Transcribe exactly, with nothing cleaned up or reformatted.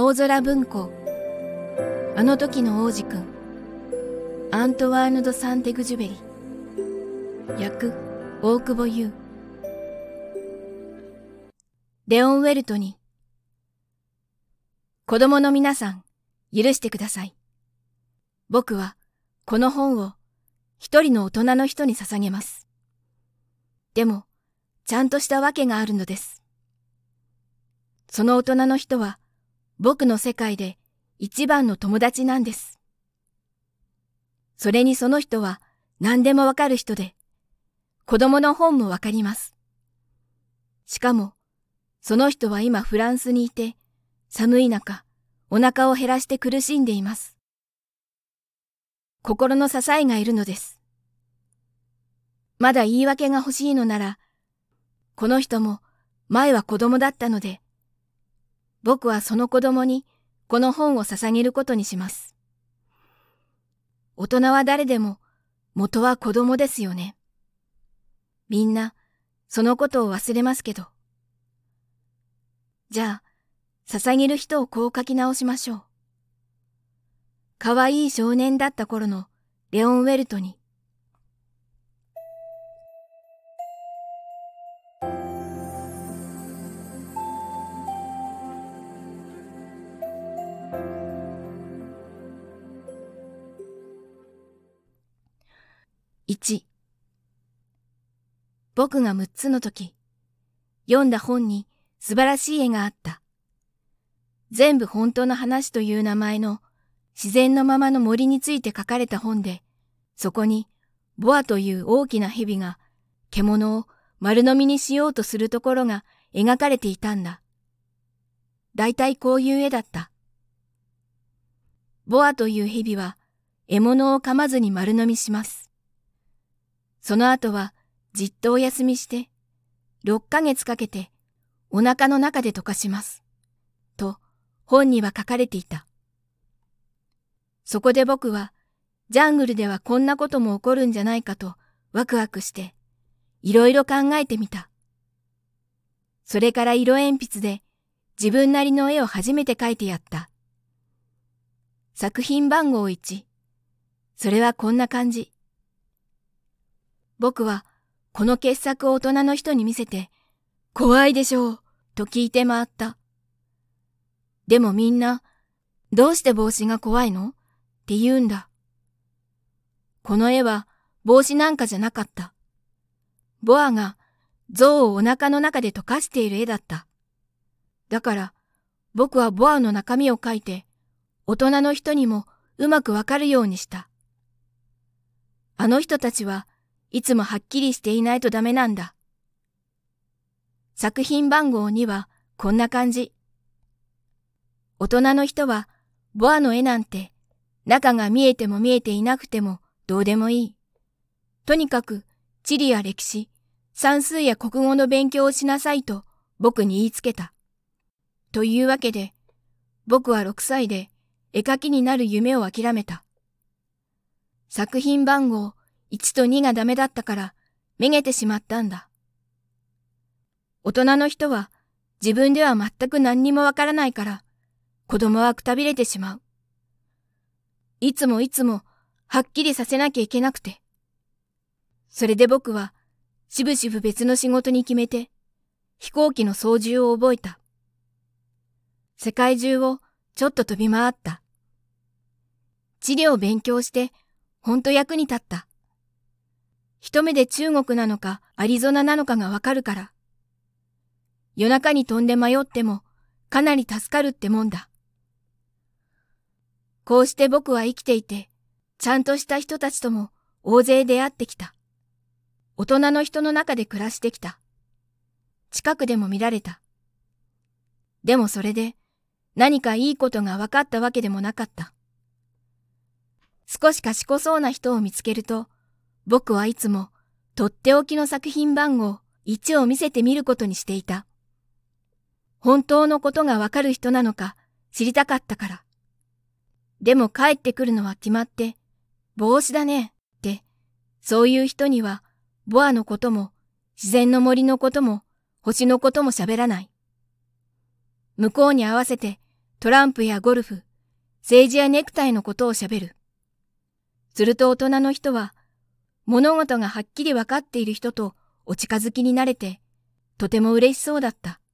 青空文庫、あの時の王子くん、アントワーヌ・ド・サンテグジュベリ、訳大久保優。レオン・ウェルトに、子供の皆さん、許してください。僕はこの本を一人の大人の人に捧げます。でも、ちゃんとしたわけがあるのです。その大人の人は僕の世界で一番の友達なんです。それにその人は何でもわかる人で、子供の本もわかります。しかも、その人は今フランスにいて、寒い中、お腹を減らして苦しんでいます。心の支えがいるのです。まだ言い訳が欲しいのなら、この人も前は子供だったので、僕はその子供にこの本を捧げることにします。大人は誰でも元は子供ですよね。みんなそのことを忘れますけど。じゃあ、捧げる人をこう書き直しましょう。かわいい少年だった頃のレオン・ウェルトに。いち、僕がむっつの時、読んだ本に素晴らしい絵があった。全部本当の話という名前の自然のままの森について書かれた本で、そこにボアという大きな蛇が獣を丸飲みにしようとするところが描かれていたんだ。だいたいこういう絵だった。ボアという蛇は獲物を噛まずに丸飲みします。その後はじっとお休みして、ろっかげつかけてお腹の中で溶かします。と本には書かれていた。そこで僕は、ジャングルではこんなことも起こるんじゃないかとワクワクして、いろいろ考えてみた。それから色鉛筆で自分なりの絵を初めて描いてやった。作品番号いち。それはこんな感じ。僕はこの傑作を大人の人に見せて、怖いでしょう、と聞いて回った。でもみんな、どうして帽子が怖いのって言うんだ。この絵は帽子なんかじゃなかった。ボアが象をお腹の中で溶かしている絵だった。だから僕はボアの中身を描いて、大人の人にもうまくわかるようにした。あの人たちはいつもはっきりしていないとダメなんだ。作品番号にはこんな感じ。大人の人はボアの絵なんて中が見えても見えていなくてもどうでもいい。とにかく地理や歴史、算数や国語の勉強をしなさいと僕に言いつけた。というわけで僕はろくさいで絵描きになる夢を諦めた。作品番号いちとにがダメだったからめげてしまったんだ。大人の人は自分では全く何にもわからないから子供はくたびれてしまう。いつもいつもはっきりさせなきゃいけなくて。それで僕はしぶしぶ別の仕事に決めて飛行機の操縦を覚えた。世界中をちょっと飛び回った。地理を勉強してほんと役に立った。一目で中国なのかアリゾナなのかがわかるから。夜中に飛んで迷ってもかなり助かるってもんだ。こうして僕は生きていて、ちゃんとした人たちとも大勢出会ってきた。大人の人の中で暮らしてきた。近くでも見られた。でもそれで何かいいことが分かったわけでもなかった。少し賢そうな人を見つけると、僕はいつもとっておきの作品番号いちを見せてみることにしていた。本当のことがわかる人なのか知りたかったから。でも帰ってくるのは決まって、帽子だねって、そういう人にはボアのことも自然の森のことも星のことも喋らない。向こうに合わせてトランプやゴルフ、政治やネクタイのことをしゃべる。すると大人の人は、物事がはっきりわかっている人とお近づきになれて、とても嬉しそうだった。